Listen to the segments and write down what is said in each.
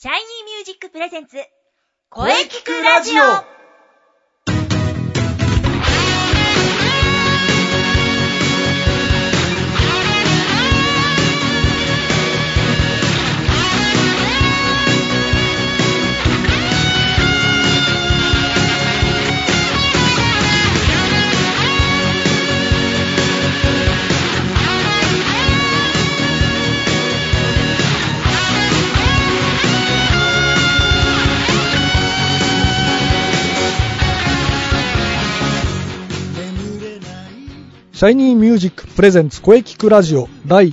シャイニーミュージックプレゼンツ声聞くラジオ。 シャイニーミュージックプレゼンツ声聞くラジオ第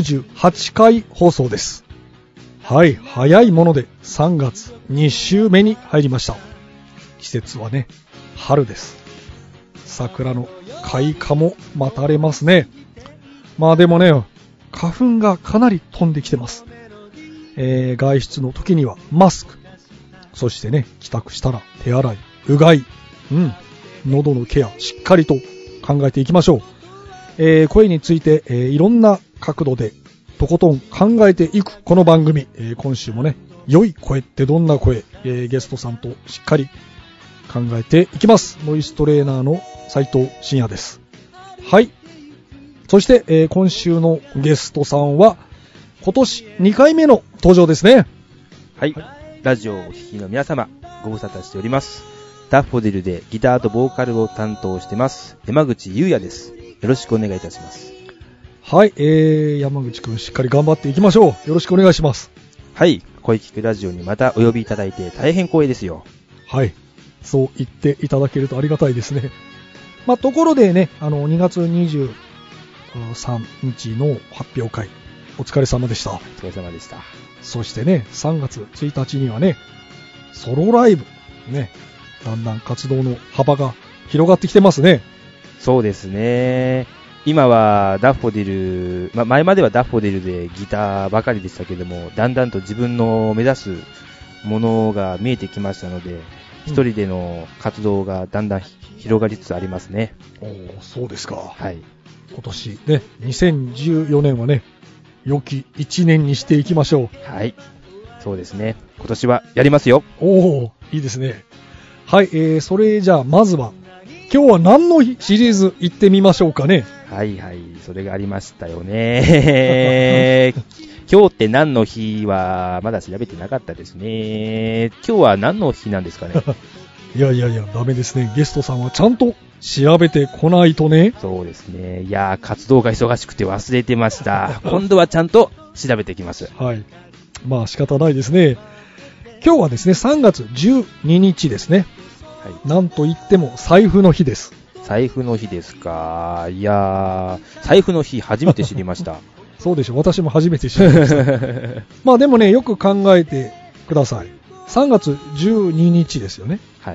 98回放送です。はい、早いもので3月2週目に入りました。季節はね、春です。桜の開花も待たれますね。まあでもね、花粉がかなり飛んできてます。外出の時にはマスク、そしてね、帰宅したら手洗い、うがい、喉のケアしっかりと考えていきましょう。声について、いろんな角度でとことん考えていくこの番組、今週もね、良い声ってどんな声、ゲストさんとしっかり考えていきます。ボイストレーナーの斉藤真也です。はい。そして、今週のゲストさんは今年2回目の登場ですね。 はい。ラジオをお聞きの皆様、ご無沙汰しております。ダッフォディルでギターとボーカルを担当してます。山口優也です。よろしくお願いいたします。 はい、山口くんしっかり頑張っていきましょう。よろしくお願いします。 はい、声聞くラジオにまたお呼びいただいて大変光栄ですよ。 はい、そう言っていただけるとありがたいですね。まあ、ところでね、2月23日の発表会、お疲れ様でした。 お疲れ様でした。 そしてね、3月1日にはね、ソロライブ、ね、だんだん活動の幅が広がってきてますね。 そうですね。今はダッフォディル、前まではダッフォディルでギターばかりでしたけども、だんだんと自分の目指すものが見えてきましたので、一人での活動がだんだん広がりつつありますね。 そうですか。 はい。 今年ね、2014年はね、良き1年にしていきましょう。 はい。そうですね。今年はやりますよ。 いいですね。はい、それじゃあまずは、今日は何の日シリーズ行ってみましょうかね。 はいはい、それがありましたよね。今日って何の日はまだ調べてなかったですね。今日は何の日なんですかね。 いや、ダメですね。ゲストさんはちゃんと調べてこないとね。 そうですね。いや、活動が忙しくて忘れてました。今度はちゃんと調べてきます。 はい。まあ仕方ないですね。今日はですね、3月12日ですね。はい、なんといっても財布の日です。 財布の日ですか。いやー、財布の日初めて知りました。 そうでしょ。私も初めて知りました。まあでもね、よく考えてください。3月12日ですよね。はい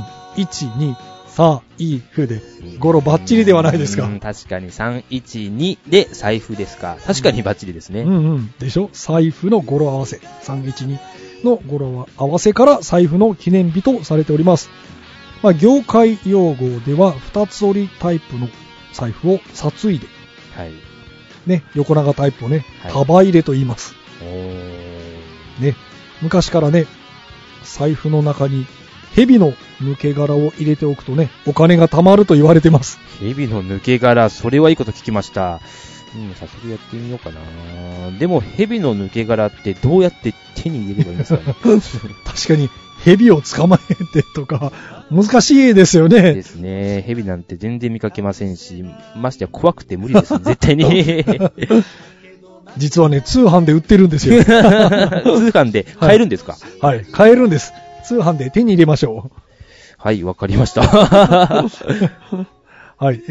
。312財布で語呂バッチリではないですか。 確かに312で財布ですか。確かにバッチリですね。 でしょ。財布の語呂合わせ312の語呂合わせから財布の記念日とされております。まあ、業界用語では二つ折りタイプの財布を札入れ、はい、ね、横長タイプをね、束入れと言います。ね、昔からね、財布の中に蛇の抜け殻を入れておくとね、お金が貯まると言われてます。 蛇の抜け殻、それはいいこと聞きました。早速やってみようかな。でも蛇の抜け殻ってどうやって手に入れればいいんですかね。 確かに蛇を捕まえてとか難しいですよね。 ですね。蛇なんて全然見かけませんし、ましてや怖くて無理です。絶対に。 実はね、通販で売ってるんですよ。 通販で買えるんですか？ はい、買えるんです。通販で手に入れましょう。 はい、わかりました。 はい、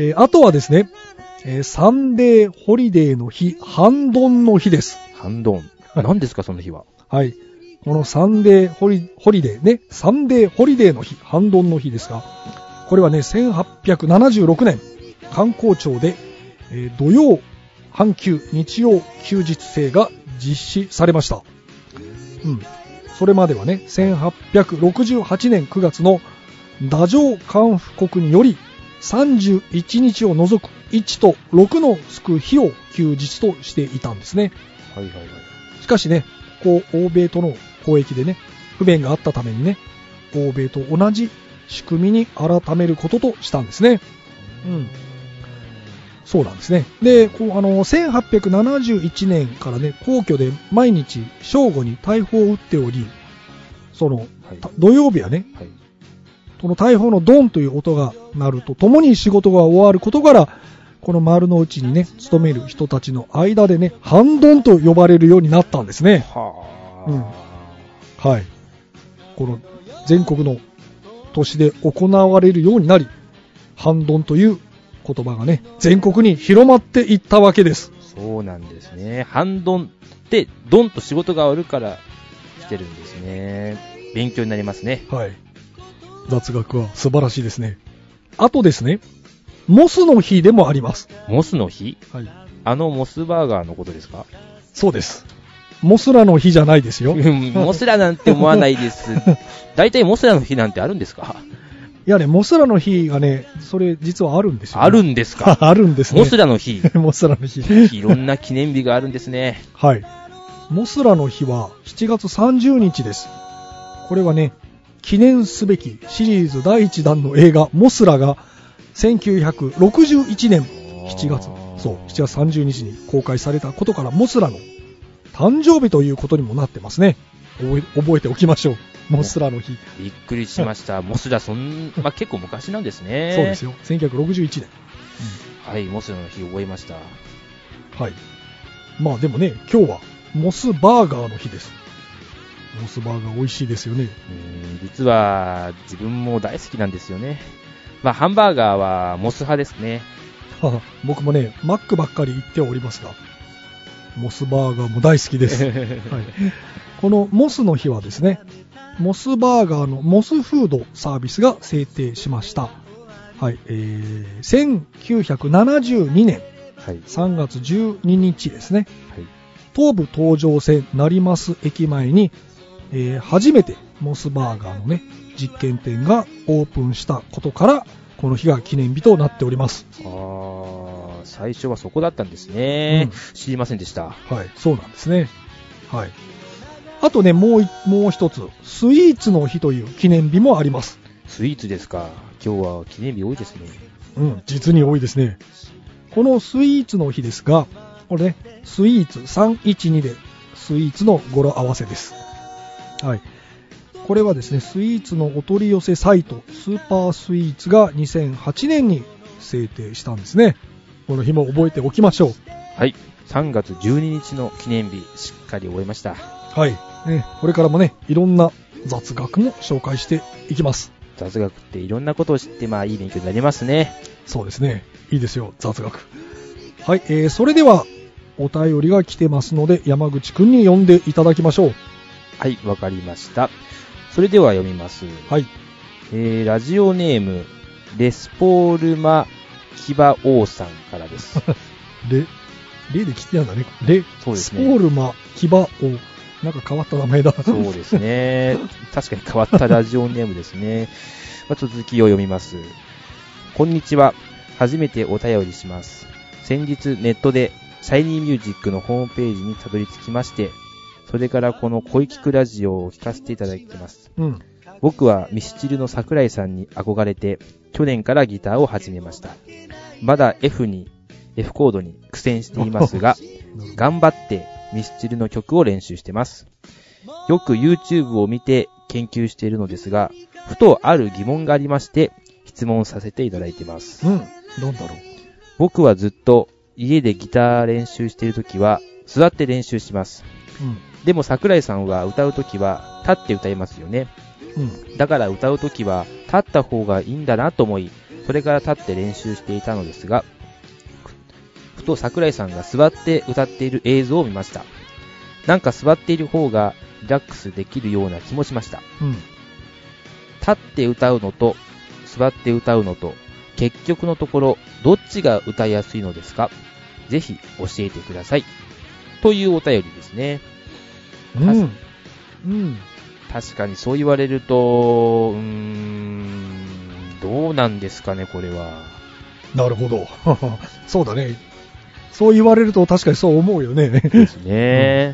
あとはですね、サンデーホリデーの日、半ドンの日です。 半ドン。何ですか、その日は。 はい。このサンデーホリデーね、サンデーホリデーの日、半ドンの日ですが、これはね、1876年、観光庁で、土曜、半休、日曜休日制が実施されました。それまではね、1868年9月の太政官布告により、31日を除く1と6のつく日を休日としていたんですね。はいはいはい。しかしね、欧米との交易でね、不便があったためにね、欧米と同じ仕組みに改めることとしたんですね。うん。そうなんですね。で、1871年からね、皇居で毎日正午に大砲を撃っており、はい、土曜日はね、はい、この大砲のドンという音が鳴るとともに仕事が終わることから、この丸の内にね、勤める人たちの間でね、半ドンと呼ばれるようになったんですね。うん。はい。この全国の都市で行われるようになり、半ドンという言葉がね、全国に広まっていったわけです。 そうなんですね。半ドンってドンと仕事が終わるから来てるんですね。勉強になりますね。 はい。雑学は素晴らしいですね。あとですね、モスの日でもあります。 モスの日？ はい。 モスバーガーのことですか？ そうです。モスラの日じゃないですよ。 モスラなんて思わないです。大体モスラの日なんてあるんですか？ いやね、モスラの日がね、それ実はあるんですよ、ね。 あるんですか？ あるんですね。 モスラの日。 モスラの日。 いろんな記念日があるんですね。 はい。モスラの日は7月30日です。これはね、記念すべきシリーズ第1弾の映画モスラが1961年7月30日に公開されたことからモスラの誕生日ということにもなってますね。覚えておきましょう。モスラの日。 びっくりしました。モスラ結構昔なんですね。 そうですよ。1961年。 うん、はい、モスラの日覚えました。 はい。まあでもね、今日はモスバーガーの日です。モスバーガー美味しいですよね。 実は自分も大好きなんですよね。まあハンバーガーはモス派ですね。 僕もね、マックばっかり行っておりますが、モスバーガーも大好きです。はい、このモスの日はですね、モスバーガーのモスフードサービスが制定しました。はい、1972年3月12日ですね。はい、東武東上線成増駅前に、初めてモスバーガーのね、実験店がオープンしたことから、この日が記念日となっております。 最初はそこだったんですね。知りませんでした。 はい、そうなんですね。はい。あとね、もう一つ、スイーツの日という記念日もあります。 スイーツですか。今日は記念日多いですね。 実に多いですね。このスイーツの日ですが、これね、スイーツ312でスイーツの語呂合わせです。はい。これはですね、スイーツのお取り寄せサイト、スーパースイーツが2008年に制定したんですね。この日も覚えておきましょう。 はい。3月12日の記念日、しっかり覚えました。 はい。ね、これからもね、いろんな雑学も紹介していきます。 雑学っていろんなことを知って、いい勉強になりますね。 そうですね。いいですよ、雑学。はい。それでは、お便りが来てますので、山口くんに読んでいただきましょう。 はい、わかりました。それでは読みます。 はい。 ラジオネーム、レスポールマ・キバ王さんからです。 レで来てたんだね。 そうですね。 レスポールマ・キバ王。なんか変わった名前だ。 そうですね。確かに変わったラジオネームですね。続きを読みます。こんにちは。初めてお便りします。先日ネットでシャイニーミュージックのホームページにたどり着きまして、それからこの恋聞くラジオを聞かせていただいています。僕はミスチルの桜井さんに憧れて、去年からギターを始めました。まだ F コードに苦戦していますが、頑張ってミスチルの曲を練習してます。よく YouTube を見て研究しているのですが、ふとある疑問がありまして、質問させていただいています。 なんだろう。 僕はずっと家でギター練習しているときは、座って練習します。でも桜井さんは歌うときは立って歌いますよね。だから歌うときは立った方がいいんだなと思い、それから立って練習していたのですが、ふと桜井さんが座って歌っている映像を見ました。なんか座っている方がリラックスできるような気もしました。立って歌うのと座って歌うのと、結局のところどっちが歌いやすいのですか？ぜひ教えてください。というお便りですね。確かにそう言われると、どうなんですかね、これは。 なるほど。そうだね。そう言われると確かにそう思うよね。 ですね。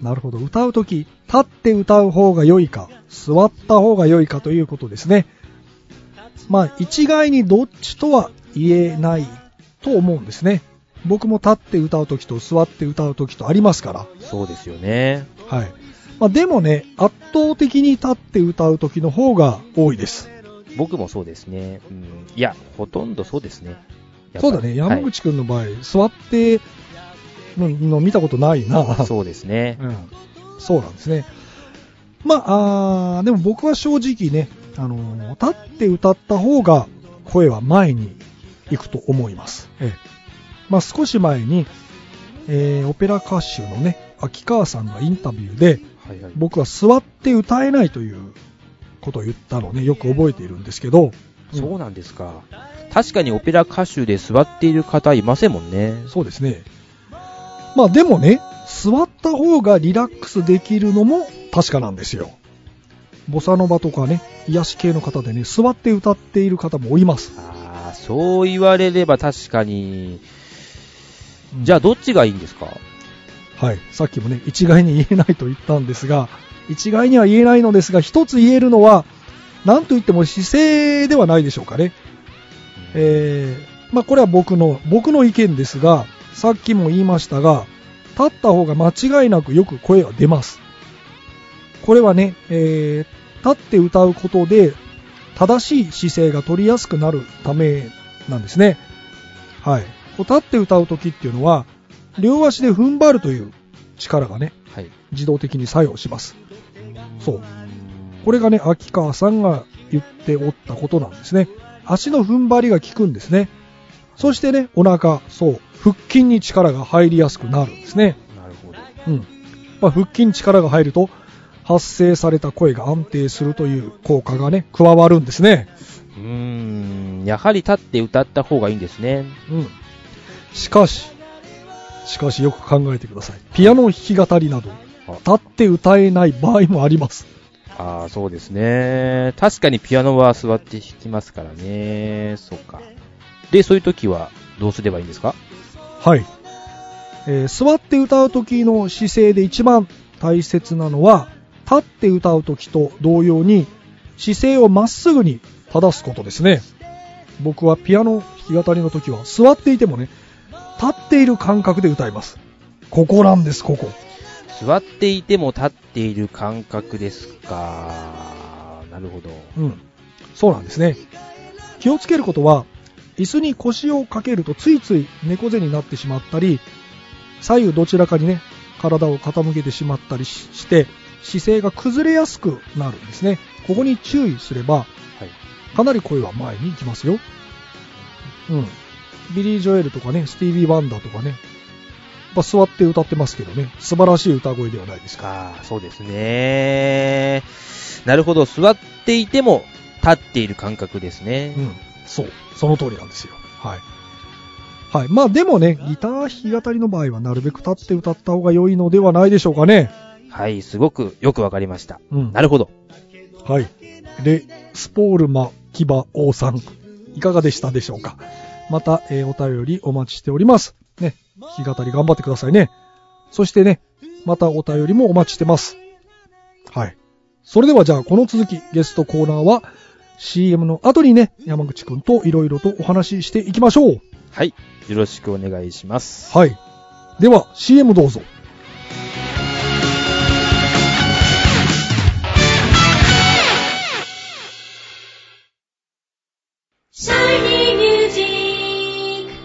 なるほど。歌うとき、立って歌う方が良いか、座った方が良いかということですね。まあ、一概にどっちとは言えないと思うんですね。僕も立って歌うときと座って歌うときとありますから。 そうですよね。 はい。まあ、でもね、圧倒的に立って歌うときの方が多いです。 僕もそうですね。いや、ほとんどそうですね。 そうだね。山口くんの場合、座っての見たことないな。 そうですね。 そうなんですね。まあ、でも僕は正直ね、立って歌った方が声は前に行くと思います。まあ、少し前に、オペラ歌手のね、秋川さんがインタビューで、僕は座って歌えないということを言ったのをね、よく覚えているんですけど。 そうなんですか。確かにオペラ歌手で座っている方いませんもんね。 そうですね。まあでもね、座った方がリラックスできるのも確かなんですよ。ボサノバとかね、癒し系の方でね、座って歌っている方もいます。 そう言われれば確かに。じゃあどっちがいいんですか？ はい、さっきもね、一概に言えないと言ったんですが、一概には言えないのですが、一つ言えるのは、なんといっても姿勢ではないでしょうかね。まあこれは僕の意見ですが、さっきも言いましたが、立った方が間違いなくよく声は出ます。これはね、立って歌うことで正しい姿勢が取りやすくなるためなんですね。はい。立って歌うときっていうのは、両足で踏ん張るという力がね、自動的に作用します。そう。これがね、秋川さんが言っておったことなんですね。足の踏ん張りが効くんですね。そしてね、お腹、そう、腹筋に力が入りやすくなるんですね。 なるほど。 まあ、腹筋に力が入ると、発声された声が安定するという効果がね、加わるんですね。 やはり立って歌った方がいいんですね。 しかしよく考えてください。ピアノ弾き語りなど、立って歌えない場合もあります。 そうですね。確かにピアノは座って弾きますからね。そうか。で、そういう時はどうすればいいんですか？ はい。座って歌う時の姿勢で一番大切なのは、立って歌う時と同様に姿勢をまっすぐに正すことですね。僕はピアノ弾き語りの時は座っていてもね、立っている感覚で歌います。ここなんです、ここ。 座っていても立っている感覚ですか。なるほど。 そうなんですね。気をつけることは、椅子に腰をかけるとついつい猫背になってしまったり、左右どちらかにね、体を傾けてしまったりして、姿勢が崩れやすくなるんですね。ここに注意すれば、かなり声は前に行きますよ。ビリー・ジョエルとかね、スティービー・ワンダーとかね、座って歌ってますけどね、素晴らしい歌声ではないですか。 そうですね。なるほど。座っていても立っている感覚ですね。 そう、その通りなんですよ。はい。まあでもね、ギター弾き語りの場合はなるべく立って歌った方が良いのではないでしょうかね。 はい、すごくよくわかりました。なるほど。 はい。レ・スポールマ・キバ王さん、いかがでしたでしょうか。また、お便りお待ちしております。ね、弾き語り頑張ってくださいね。そしてね、またお便りもお待ちしてます。はい。それではじゃあこの続き、ゲストコーナーは CM の後にね、山口くんといろいろとお話ししていきましょう。 はい。よろしくお願いします。 はい。では CM どうぞ。 シャイニーミュージック。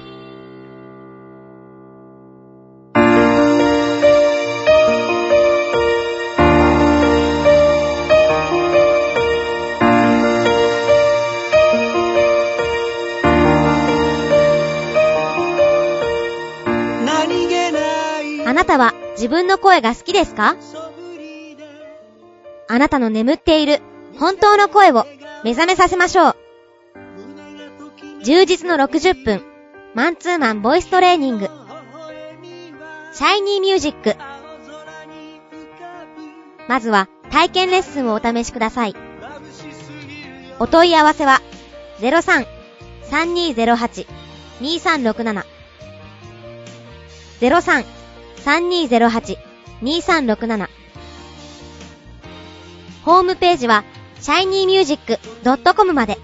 あなたは自分の声が好きですか？あなたの眠っている本当の声を目覚めさせましょう。充実の60分マンツーマンボイストレーニング、シャイニーミュージック。まずは体験レッスンをお試しください。お問い合わせは 03-3208-2367 03-3208-2367 0367 ホームページは shinymusic.com まで。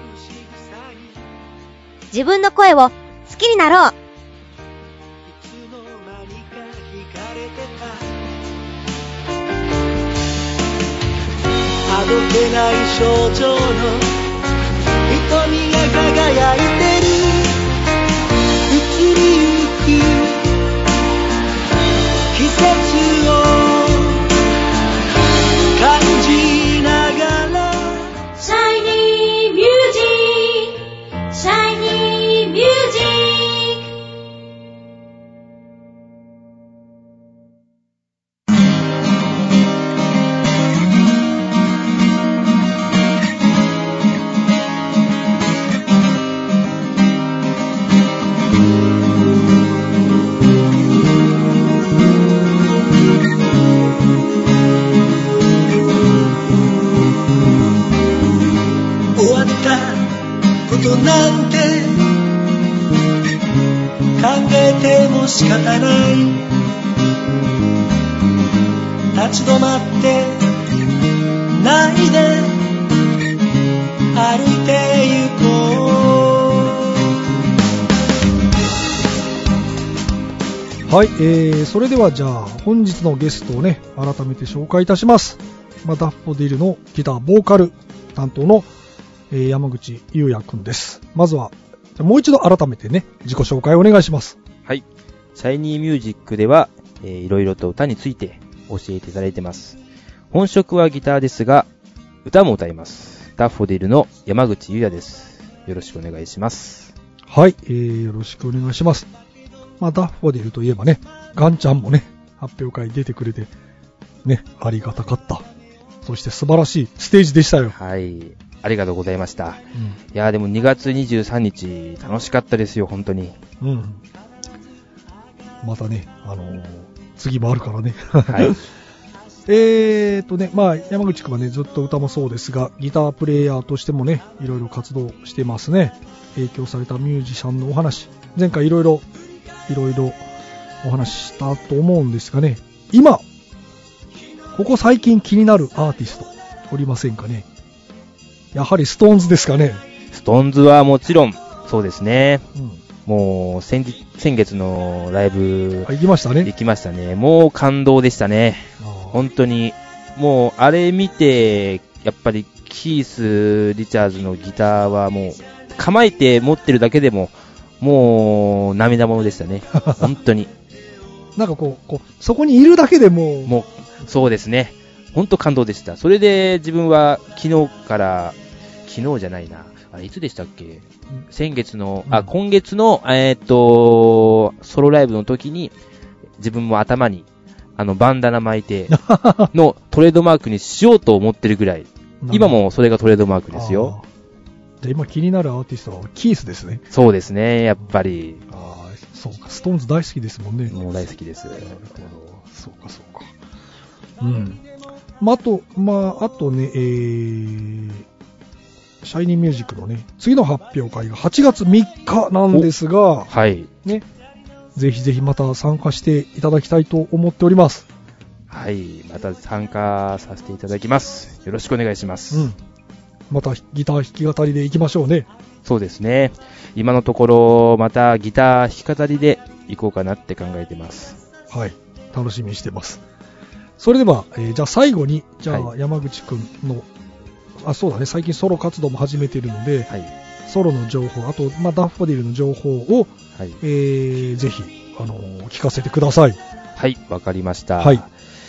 自分の声を好きになろう。 あどけない少女の瞳が輝いてる。移りゆく季節を感じながら Shiny Music Shiny Music。 終わったことなんて考えても仕方ない。立ち止まってないで歩いてゆこはい、それではじゃあ本日のゲストをね改めて紹介いたします。ダッフォディルのギターボーカル担当の、山口優也くんです。まずはもう一度改めてね自己紹介をお願いします。 はい。シャイニーミュージックでは、いろいろと歌について教えていただいてます。本職はギターですが、歌も歌います。ダッフォディルの山口優也です。よろしくお願いします。 はい、よろしくお願いします。ダッフォディルといえばね、ガンちゃんもね、発表会出てくれて、ね、ありがたかった。そして素晴らしいステージでしたよ。 はい。ありがとうございました。いやーでも2月23日楽しかったですよ、本当に。 うん。またね、次もあるからね。 はい。 山口くんはね、ずっと歌もそうですが、ギタープレイヤーとしてもね、いろいろ活動してますね。影響されたミュージシャンのお話、前回いろいろお話ししたと思うんですがね、今、ここ最近気になるアーティスト、おりませんかね。やはりストーンズですかね。 ストーンズはもちろん、そうですね。 うん、 もう先月のライブ、 行きましたね。 行きましたね。もう感動でしたね。本当に、もうあれ見て、やっぱりキース・リチャーズのギターはもう、構えて持ってるだけでも、もう涙ものでしたね。本当に。 なんかそこにいるだけでもう、そうですね。本当感動でした。それで自分は昨日じゃないな。あれいつでしたっけ？先月の、今月の、ソロライブの時に、自分も頭に、バンダナ巻いて、のトレードマークにしようと思ってるぐらい。今もそれがトレードマークですよ。 じゃあ今気になるアーティストはキースですね。 そうですね、やっぱり。 そうか、ストーンズ大好きですもんね。 もう大好きです。なるほど。 そうか。うん。あとね、シャイニーミュージックのね、次の発表会が8月3日なんですが、 はい。 ね、ぜひぜひまた参加していただきたいと思っております。 はい、また参加させていただきます。よろしくお願いします。 うん。またギター弾き語りでいきましょうね。 そうですね。今のところ、またギター弾き語りでいこうかなって考えてます。 はい、楽しみにしてます。それでは、じゃあ最後に、山口くんの、そうだね、最近ソロ活動も始めているので、はい、ソロの情報、あと、ダッフォディルの情報を、はい、ぜひ、聞かせてください。 はい、わかりました。 はい。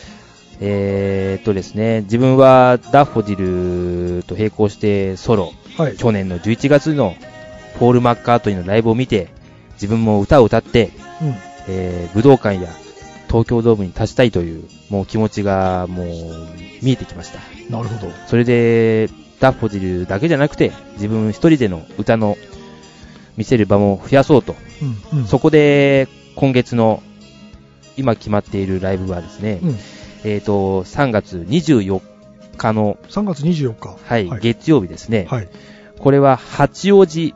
ですね、自分はダッフォディルと並行してソロ、はい、去年の11月のポール・マッカートニーのライブを見て、自分も歌を歌って、武道館や東京ドームに立ちたいという、もう気持ちがもう見えてきました。 なるほど。 それで、ダッフォディルだけじゃなくて、自分一人での歌の見せる場も増やそうと。そこで、今月の、今決まっているライブはですね、3月24日の、 3月24日。 はい、月曜日ですね。 はい。 これは八王子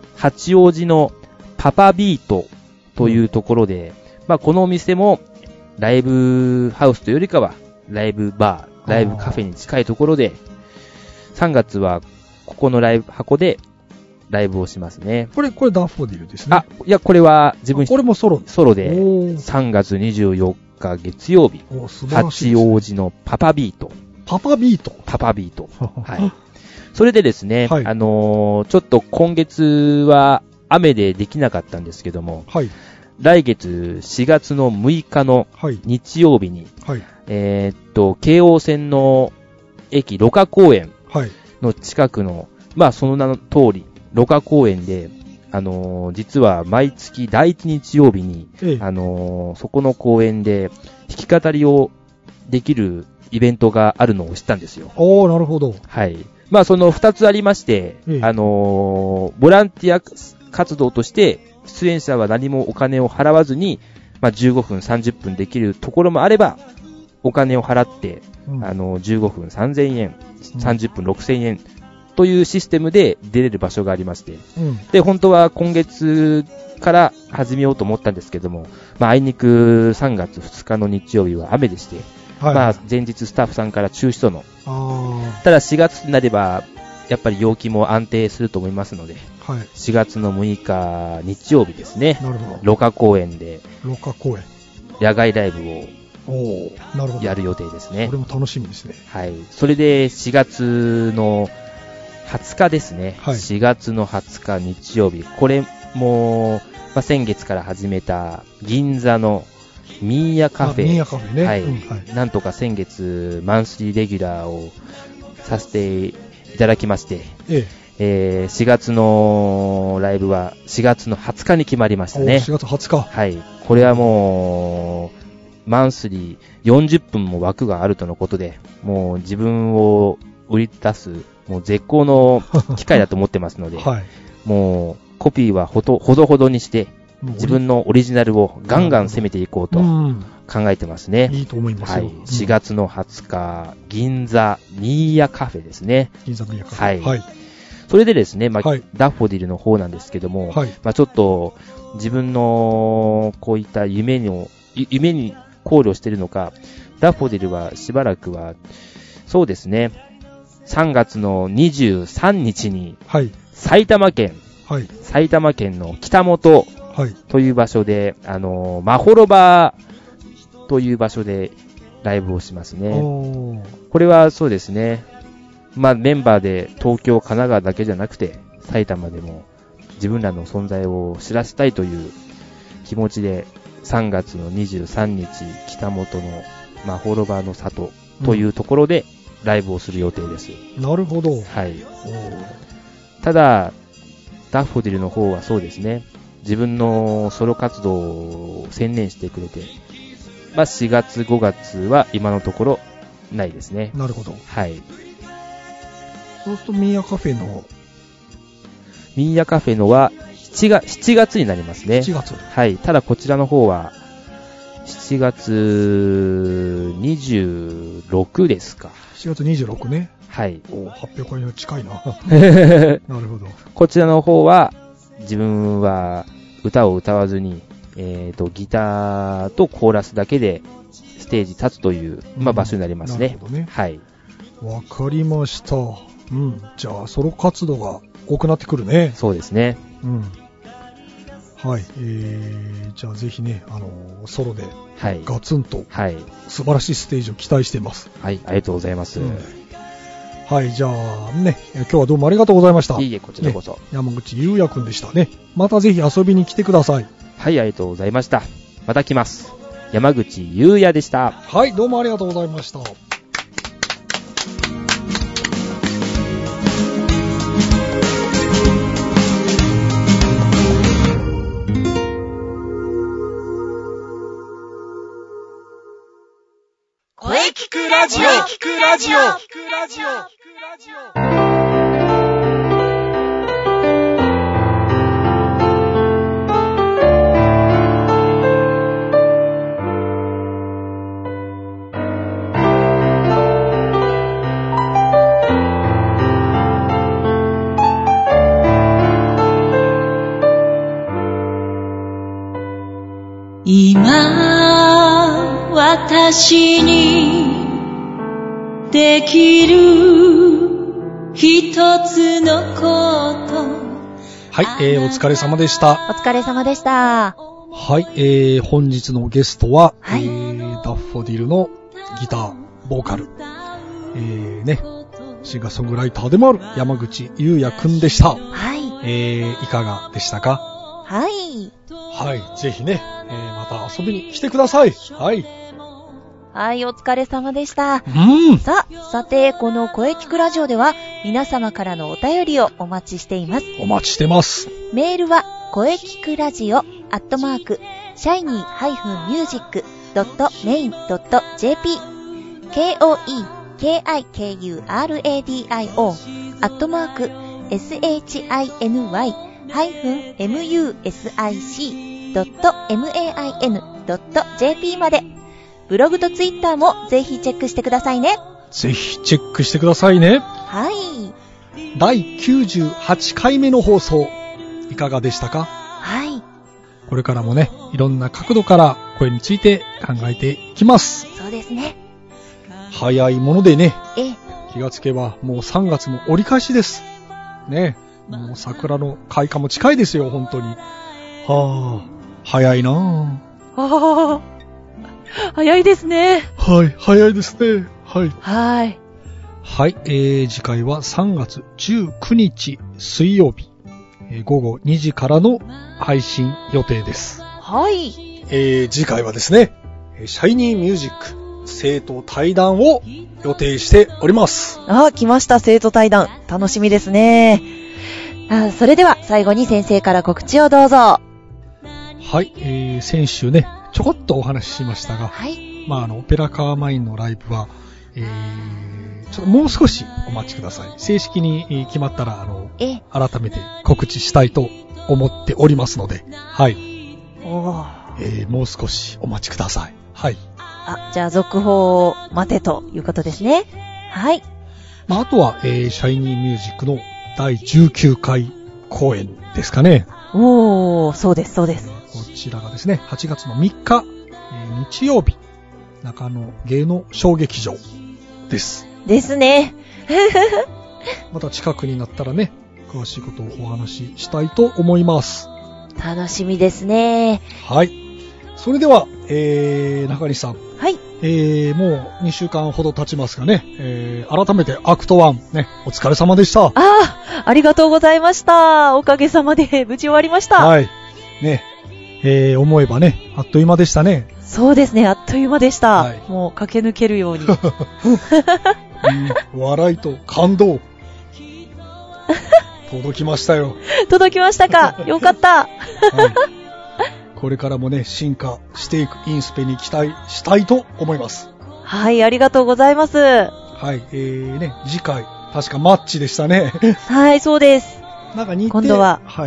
のパパビートというところで、このお店も、 ライブハウスというよりかは、ライブバー、ライブカフェに近いところで、3月はここのライブ箱でライブをしますね。 これダッフォディルですね。 あ、いや、これは自分これもソロで。 で、3月24日月曜日、 素晴らしいですね、 八王子のパパビート。 パパビート。 はい。それでですね、 はい、 ちょっと今月は雨でできなかったんですけども、 はい、 来月4月の6日の日曜日に、 はい、 京王線の駅、芦花公園の近くの、まあその名の通り、芦花公園で、実は毎月第1日曜日に、そこの公園で弾き語りをできるイベントがあるのを知ったんですよ。 なるほど。 はい。まあその2つありまして、ボランティア活動として、出演者は何もお金を払わずに、まあ15分、30分できるところもあれば、お金を払って、15分3000円、30分6000円というシステムで出れる場所がありまして、で、本当は今月から始めようと思ったんですけども、まああいにく3月2日の日曜日は雨でして、まあ前日スタッフさんから中止との。ただ4月になれば、やっぱり陽気も安定すると思いますので、4月の6日日曜日ですね、芦花公園で、野外ライブをやる予定ですね。 これも楽しみですね。 はい。それで4月の20日ですね。4月の20日日曜日。これも、まあ、先月から始めた銀座のミーヤカフェ。 ミーヤカフェね。 はい。なんとか先月マンスリーレギュラーをさせていただきまして、4月のライブは4月の20日に決まりましたね。 4月20日。 はい。これはもう、マンスリー40分も枠があるとのことで、もう自分を売り出す、もう絶好の機会だと思ってますので、もうコピーはほどほどにして、自分のオリジナルをガンガン攻めていこうと考えてますね。 いいと思いますよ。 はい。4月の20日、銀座ミーヤカフェですね。 銀座ミーヤカフェ。 はい。それでですね、まあ、ダッフォディルの方なんですけども、まあ、ちょっと自分のこういった夢に考慮しているのか、ダッフォディルはしばらくは、そうですね、3月の23日に、埼玉県の北本という場所で、まほろばという場所でライブをしますね。これはそうですね、まあメンバーで東京、神奈川だけじゃなくて、埼玉でも自分らの存在を知らせたいという気持ちで、3月の23日、北本のまほろばの里というところでライブをする予定です。 なるほど。 はい。ただ、ダッフォディルの方はそうですね、自分のソロ活動を専念してくれて、まあ4月5月は今のところないですね。 なるほど。 はい。 そうするとミーヤカフェのは7月になりますね。 7月。 はい。ただこちらの方は7月26ですか。 7月26ね。 はい。 発表会に近いな。なるほど。 こちらの方は自分は歌を歌わずに、ギターとコーラスだけでステージ立つという、まあ、場所になりますね。 なるほどね。 はい。 わかりました。じゃあソロ活動が多くなってくるね。 そうですね。 はい。じゃあぜひね、ソロでガツンと素晴らしいステージを期待しています。 はい、ありがとうございます。 はい、じゃあね、今日はどうもありがとうございました。 いいえ、こちらこそ。 山口優也くんでしたね。またぜひ遊びに来てください。 はい、ありがとうございました。また来ます。山口優也でした。 はい、どうもありがとうございました。 声聞くラジオ。 今私にできる一つのこと。 はい、お疲れ様でした。 お疲れ様でした。 はい、本日のゲストは、 はい、 ダッフォディルのギター、ボーカル、シンガーソングライターでもある山口優也くんでした。 はい。 いかがでしたか？ はい。 はい、ぜひね、また遊びに来てください。はい。 はい、お疲れ様でした。 うん。 さて、この声聞くラジオでは、皆様からのお便りをお待ちしています。 お待ちしてます。 メールは、声聞くラジオ@shiny-music.main.jp KOEKIRADIO@shiny-music.main.jp まで。ブログとツイッターもぜひチェックしてくださいね。 ぜひチェックしてくださいね。 はい。 第98回目の放送、いかがでしたか？ はい。 これからもね、いろんな角度から声について考えていきます。 そうですね。 早いものでね、気がつけばもう3月も折り返しです。ね、もう桜の開花も近いですよ、本当に。はぁ、早いなぁ。 ああ、早いですね。 はい、早いですね。はい。 はい。 はい、次回は3月19日水曜日、午後2時からの配信予定です。 はい。 次回はですね、シャイニーミュージック生徒対談を予定しております。 来ました生徒対談。楽しみですね。それでは最後に先生から告知をどうぞ。 はい、先週ね、ちょこっとお話ししましたが、 はい。 オペラカーマインのライブは、ちょっともう少しお待ちください。正式に決まったら、改めて告知したいと思っておりますので、はい。もう少しお待ちください。はい。 じゃあ続報を待てということですね。はい。 あとは、シャイニーミュージックの第19回公演ですかね。 そうです、そうです。 こちらがですね、8月の3日、日曜日、中野芸能小劇場です。 ですね。 また近くになったらね、詳しいことをお話ししたいと思います。 楽しみですね。 はい。それでは、中西さん。 はい。 もう2週間ほど経ちますがね、改めてアクト1、ね、お疲れ様でした。 ありがとうございました。おかげさまで無事終わりました。 はい。ね、思えばね、あっという間でしたね。 そうですね、あっという間でした。はい、もう駆け抜けるように。 笑いと感動。届きましたよ。 届きましたか。よかった。はい、 これからもね、進化していくインスペに期待したいと思います。 はい、ありがとうございます。はい、ね、次回、確かマッチでしたね。 はい、そうです。 なんか似て、 今度は、 はい。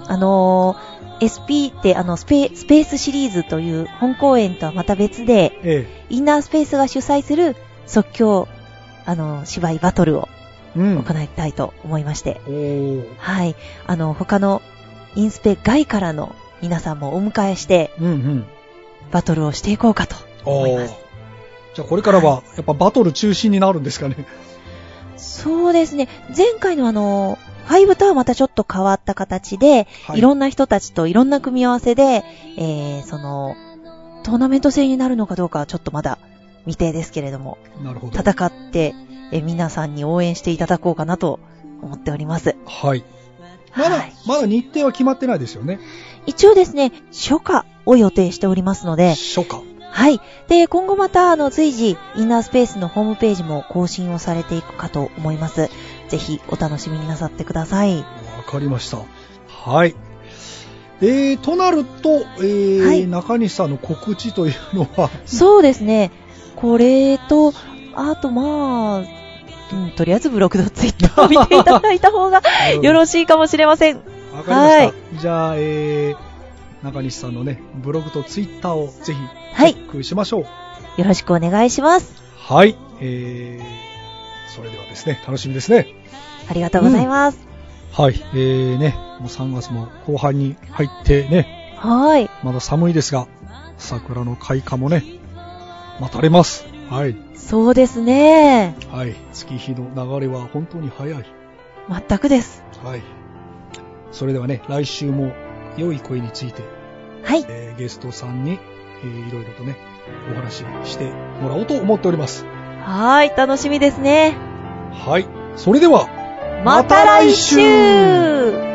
SP ってスペースシリーズという本公演とはまた別で、インナースペースが主催する即興、芝居バトルを行いたいと思いまして、はい、他のインスペ外からの皆さんもお迎えして、バトルをしていこうかと思います。 じゃあこれからはやっぱバトル中心になるんですかね。 そうですね。前回の5とはまたちょっと変わった形で、いろんな人たちといろんな組み合わせで、トーナメント制になるのかどうかはちょっとまだ未定ですけれども、 なるほど。 戦って、皆さんに応援していただこうかなと思っております。 はい。まだ日程は決まってないですよね。 一応ですね、初夏を予定しておりますので。 初夏。 はい。で、今後また随時インナースペースのホームページも更新をされていくかと思います。ぜひお楽しみになさってください。 わかりました。はい。となると、中西さんの告知というのはそうですね。これと、あととりあえずブログとツイッターを見ていただいた方がよろしいかもしれません。 わかりました。はい、じゃあ、中西さんのね、ブログとツイッターをぜひチェックしましょう。 よろしくお願いします。 はい。それではですね、楽しみですね。 ありがとうございます。 はい。ね、もう3月も後半に入ってね。 はい。 まだ寒いですが、桜の開花もね、 待たれます。はい。 そうですね。 はい。月日の流れは本当に早い。 全くです。 はい。それではね、来週も良い声について、 はい。 ゲストさんに、いろいろとね、お話ししてもらおうと思っております。 はい、楽しみですね。 はい。それでは、 また来週